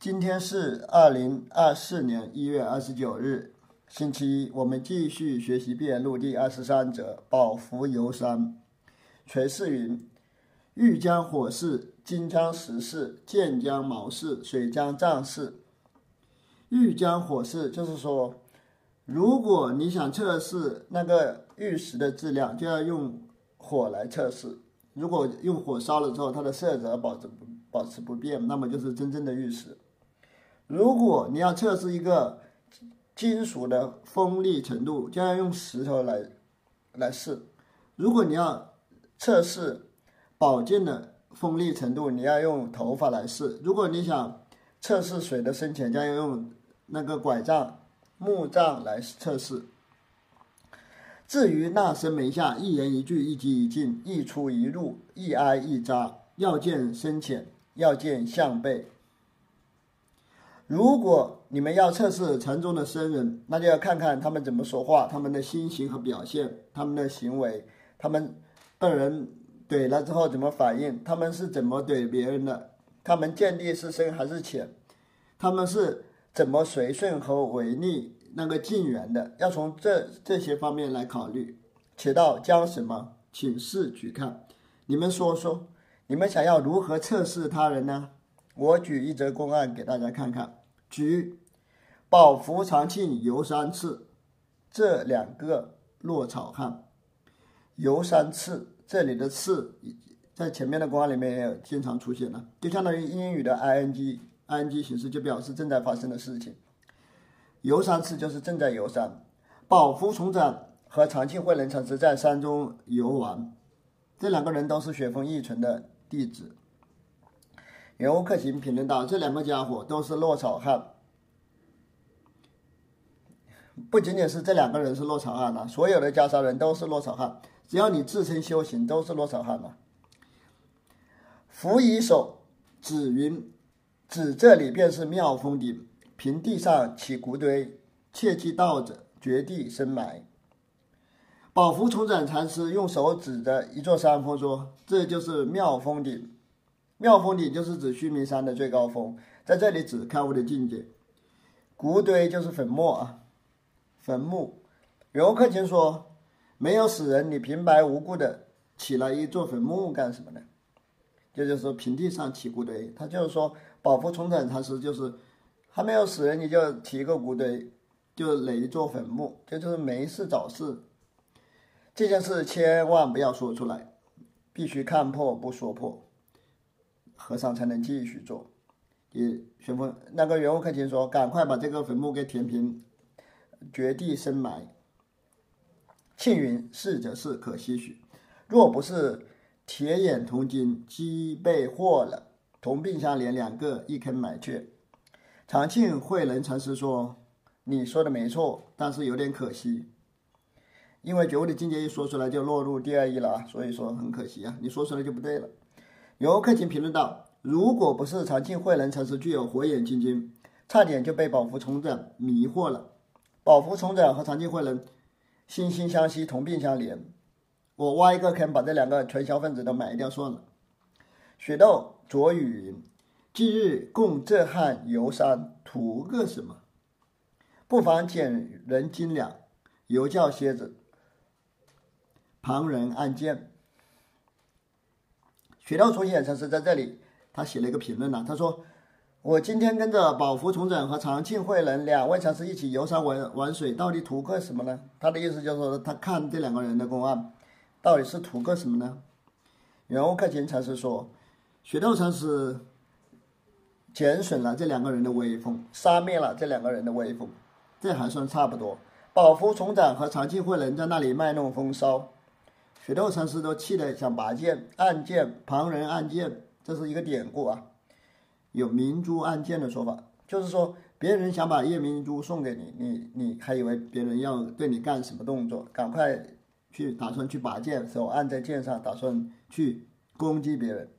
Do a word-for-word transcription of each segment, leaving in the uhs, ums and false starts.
今天是二零二四年一月二十九日，星期一，我们继续学习辩录第二十三则，宝福游山。垂氏云：玉江火氏，金江石氏，剑江毛氏，水江藏氏。玉江火氏就是说，如果你想测试那个玉石的质量，就要用火来测试。如果用火烧了之后，它的色泽保持保持不变，那么就是真正的玉石。如果你要测试一个金属的锋利程度，就要用石头来来试。如果你要测试宝剑的锋利程度，你要用头发来试。如果你想测试水的深浅，就要用那个拐杖、木杖来测试。至于那声门下，一言一句，一击一进，一出一入，一挨一扎，要见深浅，要见向背。如果你们要测试禅宗的僧人，那就要看看他们怎么说话，他们的心行和表现，他们的行为，他们被人怼了之后怎么反应，他们是怎么怼别人的，他们见地是深还是浅，他们是怎么随顺和违逆那个近缘的，要从这这些方面来考虑。且道将什么，请示举看。你们说说，你们想要如何测试他人呢？我举一则公案给大家看看。举宝福、长庆、游山次这两个落草汉。游山次这里的次在前面的公案里面也有经常出现了，就相当于英语的 ing ing 形式，就表示正在发生的事情。游山次就是正在游山。宝福从长和长庆慧能禅师在山中游玩，这两个人都是雪峰义纯的弟子。圆悟克勤评论道，这两个家伙都是落草汉。不仅仅是这两个人是落草汉了，所有的袈裟人都是落草汉，只要你自称修行都是落草汉了。扶以手指云，指这里便是妙峰顶，平地上起谷堆，切忌倒者，绝地深埋。宝福从长禅师用手指着一座山峰说，这就是妙峰顶。妙峰顶就是指须弥山的最高峰，在这里指开悟的境界。谷堆就是粉末啊，坟墓。圆悟克勤说，没有死人，你平白无故的起了一座坟墓干什么呢？这就是说平地上起谷堆，他就是说宝福从长禅师就是还没有死人你就起一个谷堆，就垒一座坟墓，这就是没事找事。这件事千万不要说出来，必须看破不说破，和尚才能继续做。也旋风那个圆悟克勤说，赶快把这个坟墓给填平，绝地深埋。庆云，是则是，可唏许。若不是铁眼铜筋，鸡被获了，同病相怜，两个一坑埋去。长庆慧能禅师说，你说的没错，但是有点可惜。因为觉悟的境界一说出来就落入第二义了啊，所以说很可惜啊，你说出来就不对了。圆悟克勤评论道，如果不是长庆慧能禅师具有火眼金睛，差点就被宝福从长迷惑了。宝福从长和长庆慧能惺惺相惜，同病相怜，我挖一个坑把这两个传销分子都埋掉算了。雪窦卓语云，近日供这汉游山，图个什么？不妨捡人斤两，犹教蝎子，旁人按剑。雪窦从显禅师在这里他写了一个评论呢，他说，我今天跟着宝福从长和长庆慧能两位禅师一起游山玩玩水，到底图个什么呢？他的意思就是说，他看这两个人的公案到底是图个什么呢？圆悟克勤禅师说，雪窦禅师减损了这两个人的威风，杀灭了这两个人的威风，这还算差不多。宝福从长和长庆慧能在那里卖弄风骚，雪窦禅师都气得想拔剑，按剑，旁人按剑，这是一个典故啊，有明珠按剑的说法，就是说别人想把夜明珠送给你，你你还以为别人要对你干什么动作，赶快去打算去拔剑，手按在剑上，打算去攻击别人。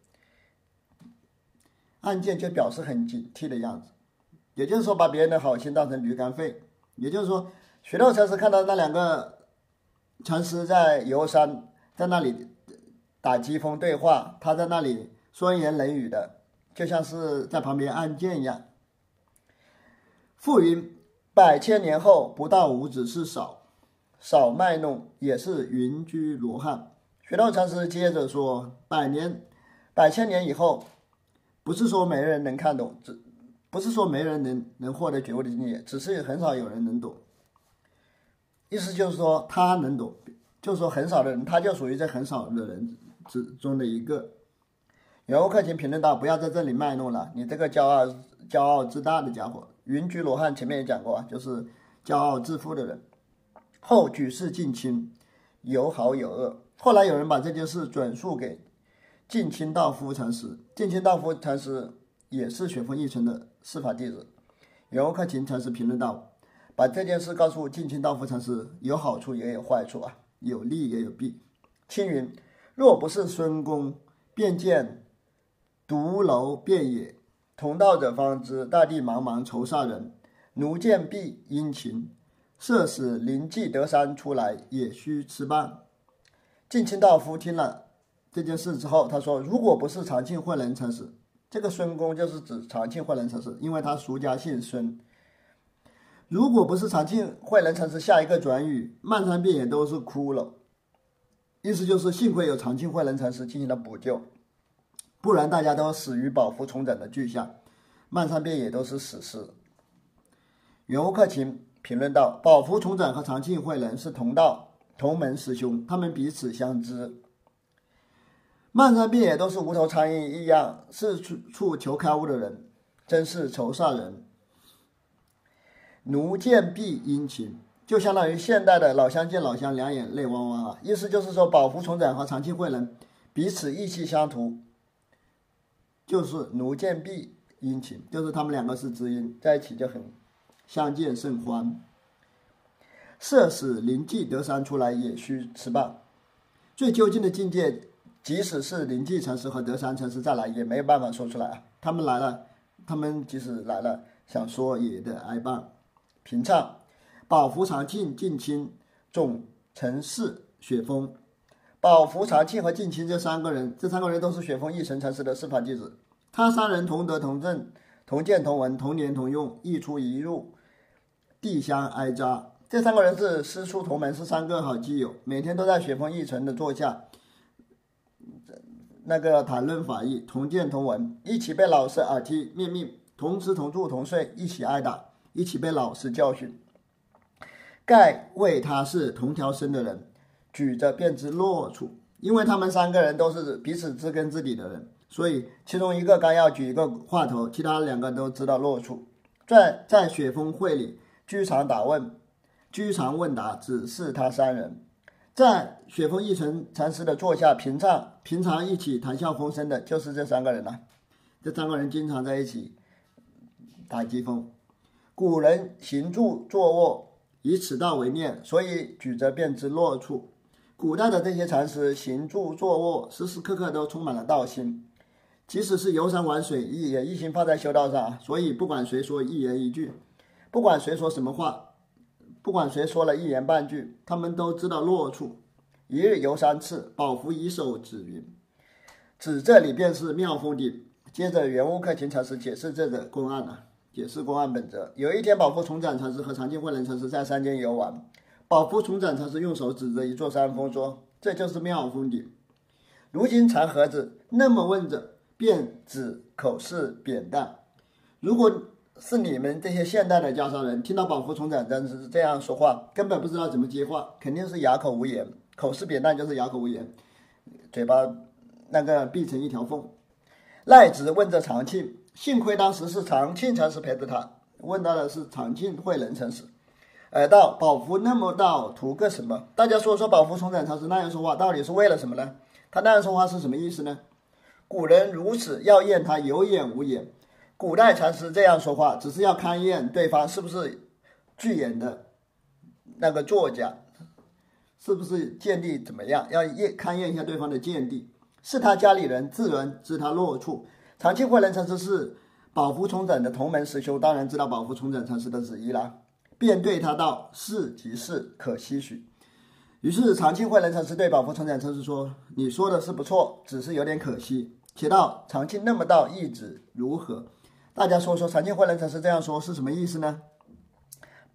按剑就表示很警惕的样子，也就是说把别人的好心当成驴肝肺。也就是说，雪窦禅师看到那两个禅师在游山，在那里打机锋对话，他在那里酸言冷语的，就像是在旁边按键一样， 复云：百千年后，不到五子是少，少卖弄也是云居罗汉。玄奘禅师接着说：百年、百千年以后，不是说没人能看懂，只不是说没人能能获得觉悟的境界，只是很少有人能懂。意思就是说他能懂，就是说很少的人，他就属于这很少的人之中的一个。圆悟克勤评论道：不要在这里卖弄了，你这个骄傲骄傲自大的家伙。云居罗汉前面也讲过啊，就是骄傲自负的人。后举世近亲，有好有恶。后来有人把这件事转述给近亲道夫禅师，近亲道夫禅师也是雪峰一传的释法弟子。圆悟克勤禅师评论道：把这件事告诉近亲道夫禅师，有好处也有坏处啊，有利也有弊。青云：若不是孙公，便见独楼遍野，同道者方知，大地茫茫愁煞人。奴见必殷勤，设使灵迹得山出来，也须吃饭。近亲道夫听了这件事之后，他说：如果不是长庆慧能禅师，这个孙公就是指长庆慧能禅师，因为他俗家姓孙。如果不是长庆慧能禅师下一个转语，漫山遍野都是骷髅，意思就是幸亏有长庆慧能禅师进行了补救，不然大家都死于饱服重整的巨象，漫山遍野都是死尸。圆悟克勤评论道：饱服重整和长庆慧能是同道同门师兄，他们彼此相知。漫山遍野都是无头苍蝇一样，四处求开悟的人，真是愁煞人。奴见必殷勤，就相当于现代的老乡见老乡，两眼泪汪汪啊！意思就是说，饱服重整和长庆慧能彼此意气相图，就是奴见必殷勤，就是他们两个是知音，在一起就很相见甚欢。设使灵迹得山出来，也须吃饭。最究竟的境界，即使是灵迹禅师和德山禅师再来，也没有办法说出来啊！他们来了，他们即使来了，想说也得挨棒。平唱：饱服长庆、近亲总陈氏雪峰。饱服长庆和近亲这三个人，这三个人都是雪峰一乘禅师的释法弟子。他三人同德同正，同见同闻，同年同用，一出一入，地相挨扎。这三个人是师出同门，是三个好基友，每天都在雪峰一乘的座下那个谈论法义，同见同闻，一起被老师耳提面命，同吃同住同睡，一起挨打，一起被老师教训。盖谓他是同条身的人，举着便知落处。因为他们三个人都是彼此知根知底的人，所以其中一个刚要举一个话头，其他两个都知道落处。在在雪峰会里居常打问，居常问答，只是他三人。在雪峰一乘禅师的座下平常平常一起谈笑风生的，就是这三个人了、啊。这三个人经常在一起打机锋。古人行住坐卧以此道为念，所以举着便知落处。古代的这些禅师行住坐卧，时时刻刻都充满了道心，即使是游山玩水，也一心放在修道上。所以不管谁说一言一句，不管谁说什么话，不管谁说了一言半句，他们都知道落处。一日游三次，饱服以手指云。指这里便是妙峰顶。接着圆悟克勤禅师解释这个公案啊，解释公案本则。有一天，饱服重整禅师和长庆慧能禅师在山间游玩，饱服重整禅师用手指着一座山峰说：“这就是妙峰顶。”如今禅和子那么问着，便只口是扁担。如果是你们这些现代的家商人，听到饱服重整禅师这样说话，根本不知道怎么接话，肯定是哑口无言。口是扁担就是哑口无言，嘴巴那个闭成一条缝。赖子问着长庆，幸亏当时是长庆禅师陪着他，问到的是长庆慧能禅师。而道饱服那么道图个什么？大家说说饱服重整禅师那样说话到底是为了什么呢？他那样说话是什么意思呢？古人如此要验他有眼无眼，古代禅师这样说话只是要勘验对方是不是具眼的那个作家，是不是见地怎么样，要验勘验一下对方的见地。是他家里人自然知他落处。长庆慧能禅师是饱服重整的同门师兄，当然知道饱服重整禅师的旨意啦，便对他道：“是即是，可期许。”于是长庆慧能禅师对饱服重整禅师说：“你说的是不错，只是有点可惜。”且道：“长庆那么道，意旨如何？”大家说说长庆慧能禅师这样说是什么意思呢？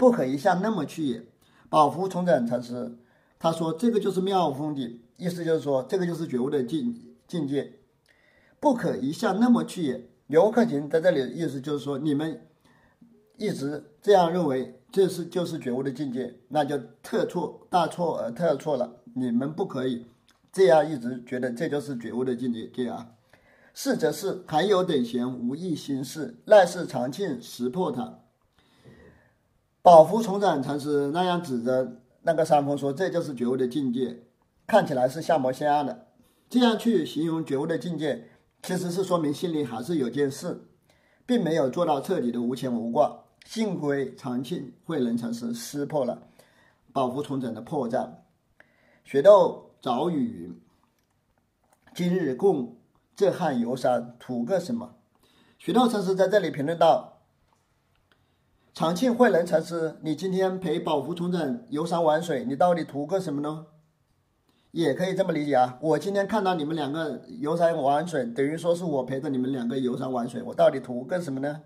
不可一向那么去也。宝福重整禅师他说这个就是妙峰顶，意思就是说这个就是觉悟的境境界，不可一向那么去也。刘克勤在这里的意思就是说，你们一直这样认为这是就是觉悟的境界，那就特错大错而特错了。你们不可以这样一直觉得这就是觉悟的境界啊。是则是还有等闲无益心事，赖是常庆识破它。宝福重整禅师那样指着那个山峰说这就是觉悟的境界，看起来是像模像样的，这样去形容觉悟的境界，其实是说明心里还是有件事，并没有做到彻底的无牵无挂。幸亏常庆慧能禅师识破了宝福重整的破绽。雪窦早语云：今日共这汉游山，图个什么？雪窦禅师在这里评论到，常庆慧能禅师，你今天陪宝福重整游山玩水，你到底图个什么呢？也可以这么理解啊，我今天看到你们两个游山玩水，等于说是我陪着你们两个游山玩水，我到底图个什么呢？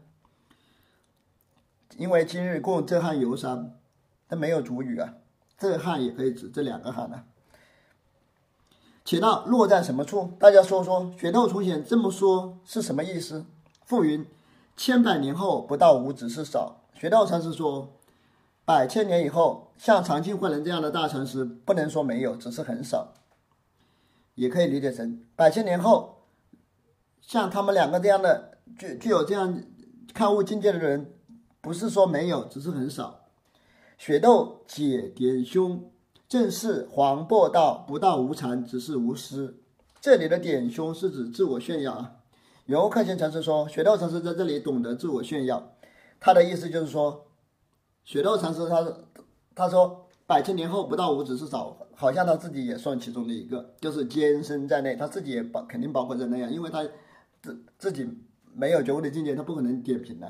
因为今日共这汉游山，它没有主语啊，这汉也可以指这两个汉啊。且道落在什么处？大家说说，雪窦重显这么说是什么意思？复云：千百年后不到无，只是少。雪窦禅师说，百千年以后，像常庆慧能这样的大禅师，不能说没有，只是很少。也可以理解成，百千年后，像他们两个这样的具具有这样开悟境界的人，不是说没有，只是很少。雪窦解点凶，正是黄渤道不到无禅，只是无私。这里的点凶是指自我炫耀啊。游克勤禅师说，雪窦禅师在这里懂得自我炫耀，他的意思就是说，雪窦禅师他他说百千年后不到无，只是少，好像他自己也算其中的一个，就是兼身在内，他自己也包肯定包括在内啊，因为他自自己没有觉悟的境界，他不可能点评的。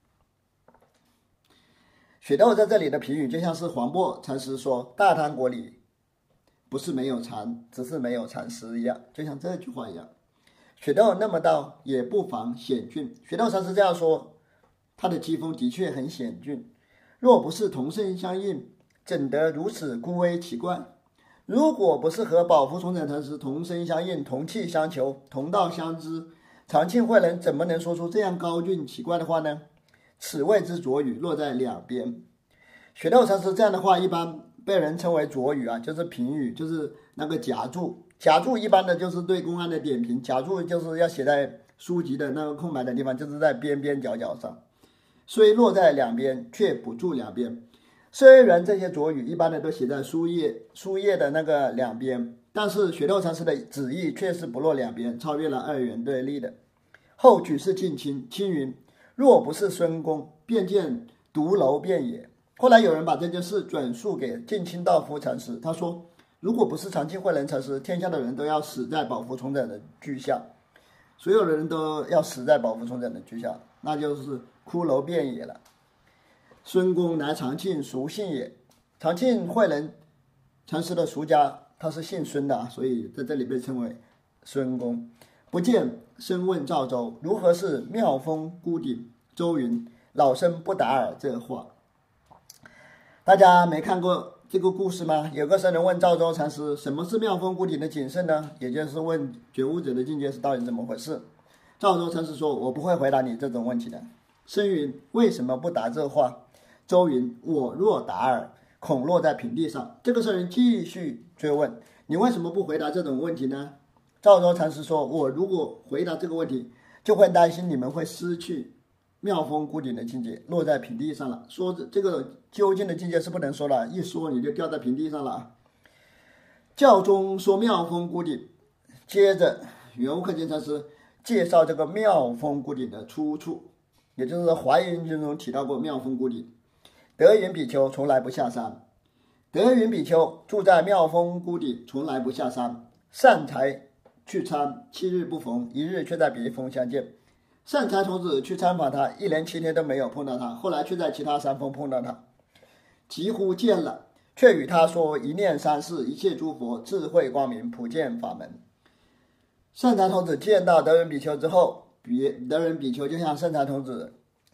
雪窦在这里的评语就像是黄渤禅师说大唐国里不是没有禅，只是没有禅师一样，就像这句话一样。雪窦那么道也不妨险峻，雪窦禅师这样说，他的机锋的确很险峻。若不是同声相应，怎得如此孤微奇怪？如果不是和宝福重整禅师同声相应，同气相求，同道相知，常庆慧能怎么能说出这样高峻奇怪的话呢？此谓之拙语，落在两边。雪窦禅师这样的话一般被人称为拙语啊，就是评语，就是那个夹注。夹注一般的就是对公案的点评，夹注就是要写在书籍的那个空白的地方，就是在边边角角上。虽落在两边，却不注两边。虽然这些拙语一般的都写在书页书页的那个两边，但是雪窦禅师的旨意却是不落两边，超越了二元对立的。后举世近亲，青云：若不是孙公，便见独楼变也。后来有人把这件事转述给近亲道夫禅师，他说，如果不是常庆慧能禅师，天下的人都要死在宝福重整的居下，所有的人都要死在宝福重整的居下，那就是骷髅变也了。孙公乃常庆属姓也，常庆慧能禅师的俗家他是姓孙的，所以在这里被称为孙公。不见深问赵州，如何是妙峰孤顶？周云：老生不达尔这话。大家没看过这个故事吗？有个僧人问赵州禅师，什么是妙峰孤顶的谨慎呢？也就是问觉悟者的境界是到底怎么回事。赵州禅师说，我不会回答你这种问题的。僧云：为什么不答这话？周云：我若答尔，恐落在平地上。这个僧人继续追问，你为什么不回答这种问题呢？赵州禅师说，我如果回答这个问题，就会担心你们会失去妙峰孤顶的境界，落在平地上了。说这个究竟的境界是不能说了，一说你就掉在平地上了。教中说妙峰孤顶，接着圆悟克勤禅师介绍这个妙峰孤顶的出处，也就是华严经中提到过妙峰孤顶。德云比丘从来不下山，德云比丘住在妙峰孤顶，从来不下山。善财去参，七日不逢，一日却在别峰相见。善财童子去参访他，一连七天都没有碰到他，后来却在其他山峰碰到他，几乎见了，却与他说一念三世，一切诸佛智慧光明，普见法门。善财童子见到德云比丘之后，别德云比丘就向善财童子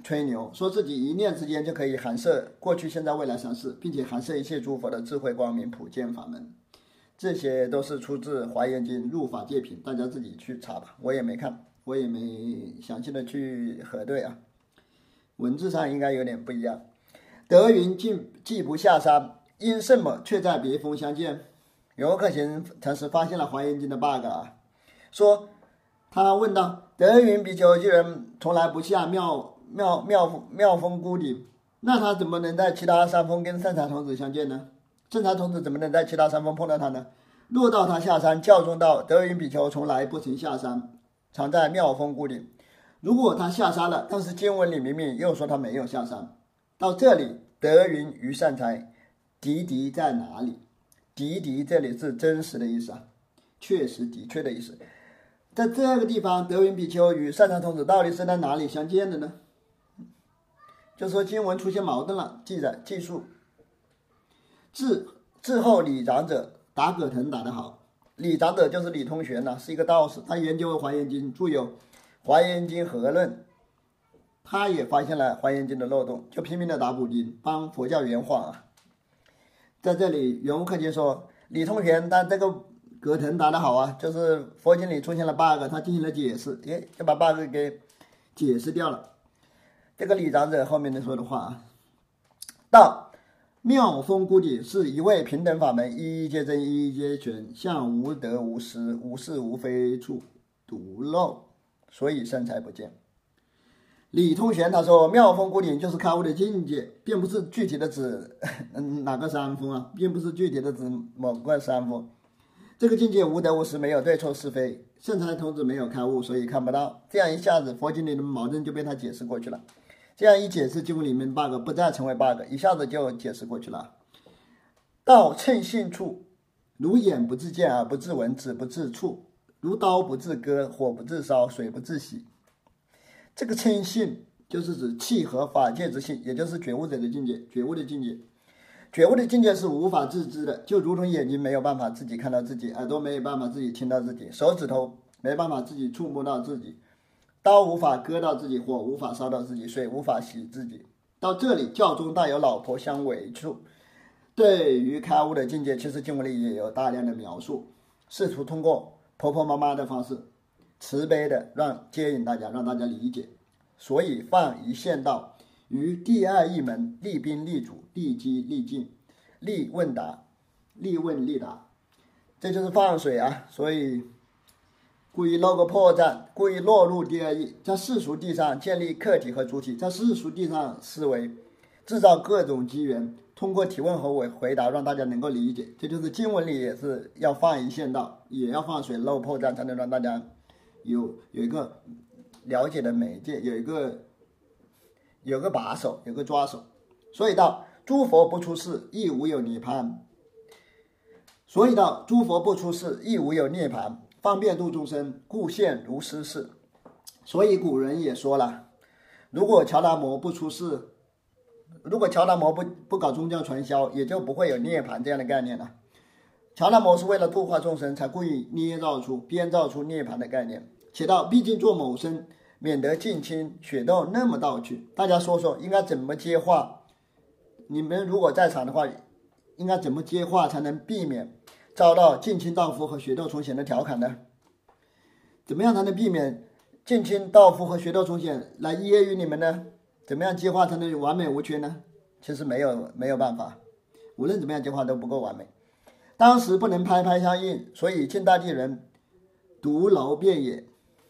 吹牛，说自己一念之间就可以含摄过去、现在、未来三世，并且含摄一切诸佛的智慧光明普见法门。这些都是出自《华严经·入法界品》，大家自己去查吧，我也没看，我也没详细的去核对啊，文字上应该有点不一样。德云既既不下山，因什么却在别峰相见？永克行禅师发现了《华严经》的 bug 啊，说他问道：德云比丘居然从来不下妙妙妙妙峰孤顶，那他怎么能在其他山峰跟圣禅童子相见呢？圣禅童子怎么能在其他山峰碰到他呢？若到他下山，教中道德云比丘从来不曾下山，常在妙峰孤顶。如果他下山了，但是经文里明明又说他没有下山。到这里，德云于善财，的的在哪里？的的这里是真实的意思啊，确实的确的意思。在这个地方，德云比丘与善财童子到底是在哪里相见的呢？就说经文出现矛盾了，记载记述。至至后李长者打葛藤打得好，李长者就是李通玄呐、啊，是一个道士，他研究《华严经》，著有《华严经合论》，他也发现了《华严经》的漏洞，就拼命的打补丁，帮佛教圆谎啊。在这里，圆悟克勤说，李通玄他这个葛藤打得好啊，就是佛经里出现了 bug， 他进行了解释，诶，就把 bug 给解释掉了。这个李长者后面的说的话啊，道妙峰孤顶是一位平等法门，一一皆真，一一皆全，向无得无失，无是无非处，独漏，所以身财不见。李通玄他说，妙峰孤顶就是开悟的境界，并不是具体的指嗯哪个山峰啊，并不是具体的指某个山峰。这个境界无得无失，没有对错是非，圣财童子没有开悟，所以看不到。这样一下子，佛经里的矛盾就被他解释过去了。这样一解释，经文里面 bug 不再成为 bug， 一下子就解释过去了。道称性处，如眼不自见而不自闻，指不自触，如刀不自割，火不自烧，水不自洗。这个称性就是指气和法界之性，也就是觉悟者的境界，觉悟的境界。觉悟的境界是无法自知的，就如同眼睛没有办法自己看到自己，耳朵没有办法自己听到自己，手指头没办法自己触摸到自己，刀无法割到自己，火无法烧到自己，水无法洗自己。到这里，教中带有老婆相违处。对于开悟的境界，其实经文里也有大量的描述，试图通过婆婆妈妈的方式，慈悲的让接引大家，让大家理解。所以放一线道，于第二一门，立宾立主，立机立进，立问答，立问立答，这就是放水啊。所以故意露个破绽，故意落入第二义，在世俗地上建立客体和主体，在世俗地上思维，制造各种机缘，通过提问和回答让大家能够理解。这就是经文里也是要放一线道，也要放水漏破绽，才能让大家有有一个了解的媒介，有一个有个把手，有个抓手。所以道诸佛不出世，亦无有涅槃。所以道诸佛不出世，亦无有涅槃。方便度众生，故现如斯事。所以古人也说了，如果乔达摩不出世，如果乔达摩不不搞宗教传销，也就不会有涅槃这样的概念了。乔达摩是为了度化众生，才故意捏造出编造出涅槃的概念。且道毕竟做某生，免得近亲血斗那么道去。大家说说应该怎么接话？你们如果在场的话，应该怎么接话才能避免遭到近亲盗夫和血斗重显的调侃呢？怎么样才能避免近亲盗夫和血斗重显来揶揄你们呢？怎么样接话才能完美无缺呢？其实没有没有办法，无论怎么样接话都不够完美。当时不能拍拍相应，所以晋大帝人独楼辩也。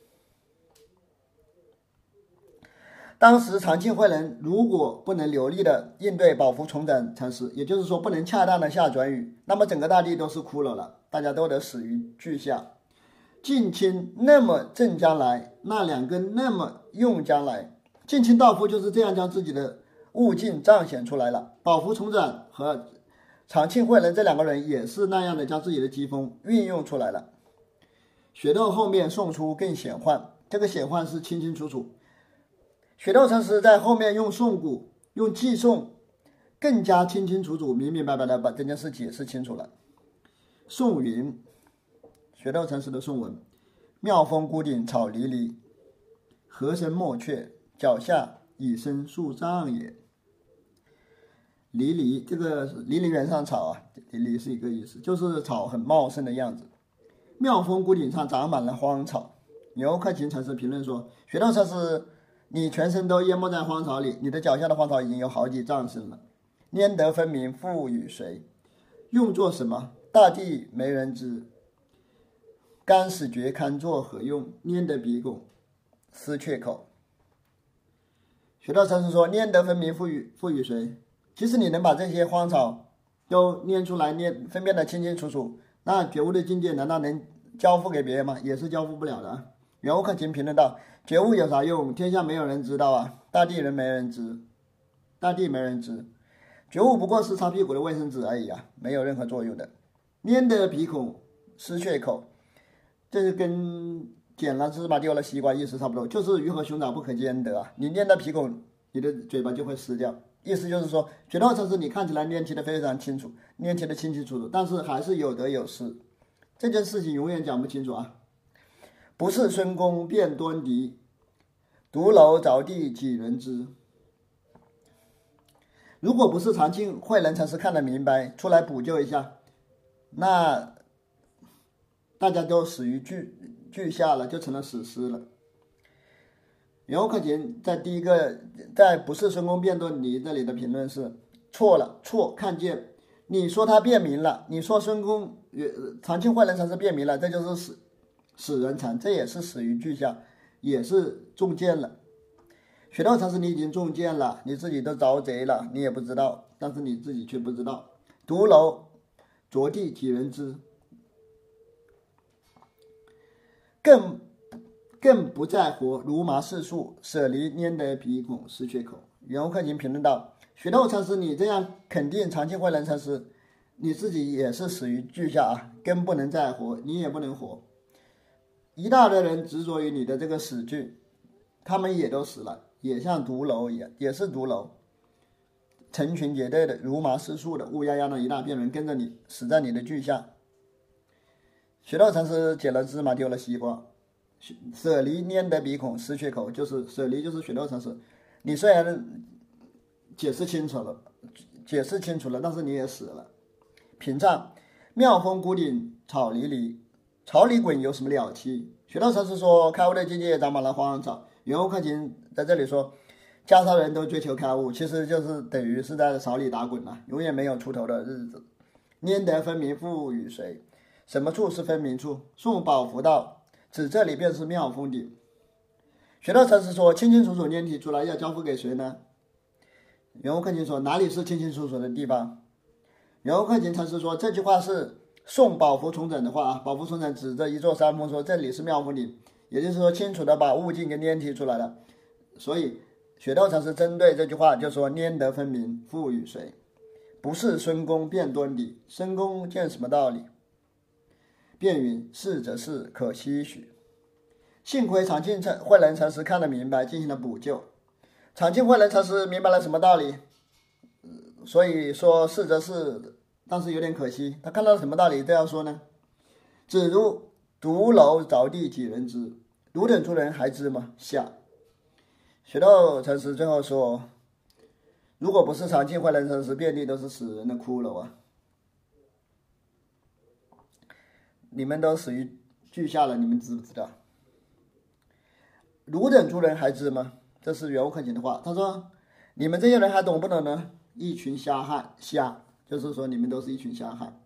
当时长庆会人如果不能流利的应对宝福重展禅师，也就是说不能恰当的下转语，那么整个大地都是骷髅了，大家都得死于句下。近亲那么正将来，那两根那么用将来，近亲道夫就是这样将自己的悟境彰显出来了。宝福重展和长庆会人这两个人也是那样的将自己的机锋运用出来了。血斗后面送出更显幻，这个显幻是清清楚楚。血斗禅师在后面用诵古用寄诵更加清清楚楚明明白白的把这件事解释清楚了。颂云，血斗禅师的颂文：妙峰孤顶草离离，河深莫却，脚下以生树障也。离离这个离离原上草啊，离离是一个意思，就是草很茂盛的样子。妙峰谷顶上长满了荒草。牛克勤禅师评论说，学道禅师，你全身都淹没在荒草里，你的脚下的荒草已经有好几丈深了。拈得分明付与谁？用作什么？大地没人知。干死绝堪作何用？拈得鼻孔失却口。学道禅师说，拈得分明付与付与谁？其实你能把这些荒草都拈出来，拈分辨得清清楚楚，那觉悟的境界难道能交付给别人吗？也是交付不了的啊。袁克勤评论道，觉悟有啥用？天下没有人知道啊，大地人没人知，大地没人知，觉悟不过是擦屁股的卫生纸而已啊，没有任何作用的。拈得鼻孔失却口，这是跟捡了芝麻丢了西瓜意思差不多，就是鱼和熊掌不可兼得啊。你拈得鼻孔，你的嘴巴就会湿掉。意思就是说，觉道禅师你看起来拈起的非常清楚，拈起的清清楚楚，但是还是有得有失，这件事情永远讲不清楚啊。不是孙公辨端倪，独楼着地几人知？如果不是长庆慧能禅师看得明白，出来补救一下，那大家都死于句句下了，就成了死尸了。袁克勤在第一个在不是孙公辨端倪这里的评论是错了，错看见，你说他辨明了，你说孙公长庆慧能禅师辨明了，这就是死死人禅，这也是死于句下，也是中箭了。学道禅师你已经中箭了，你自己都着贼了，你也不知道，但是你自己却不知道。独楼着地几人知？更更不在乎如麻世数，舍离拈得鼻孔失却口。袁克勤评论道，学道禅师你这样肯定长庆慧能禅师，你自己也是死于句下啊，更不能再活，你也不能活。一大堆人执着于你的这个死句，他们也都死了，也像毒楼一样，也是毒楼，成群结队的如麻世数的乌泱泱的一大片人跟着你死在你的句下。学道禅师捡了芝麻丢了西瓜，舍离拈得鼻孔失却口，就是舍离就是学道禅师，你虽然解释清楚了解释清楚了，但是你也死了。品唱妙峰谷顶草离离，草里滚有什么了期？学道禅师说，开悟的境界长满了荒草。袁克勤在这里说，袈裟人都追求开悟，其实就是等于是在草里打滚了，永远没有出头的日子。拈得分明付与谁？什么处是分明处？宋宝福道，指这里便是妙峰顶。学道禅师说，清清楚楚拈提出来，要交付给谁呢？袁克勤说，哪里是清清楚楚的地方？袁克勤禅师说，这句话是宋宝福重整的话啊，宝福重整指着一座山峰说，这里是妙峰顶，也就是说清楚的把悟境给拈提出来了。所以学道禅师针对这句话就说，拈得分明付与谁？不是孙公辨端倪，孙公见什么道理？便云，是则是，可唏许。幸亏长庆慧能禅师看得明白，进行了补救。长庆慧能禅师明白了什么道理？所以说是则是，但是有点可惜，他看到了什么道理这样说呢？只如独楼着地几人知？汝等诸人还知吗？下。学道禅师最后说，如果不是长庆慧能禅师，遍地都是死人的骷髅啊！你们都死于句下了，你们知不知道？汝等诸人还知吗？这是袁克勤的话。他说，你们这些人还懂不懂呢？一群瞎汉，瞎就是说你们都是一群瞎汉。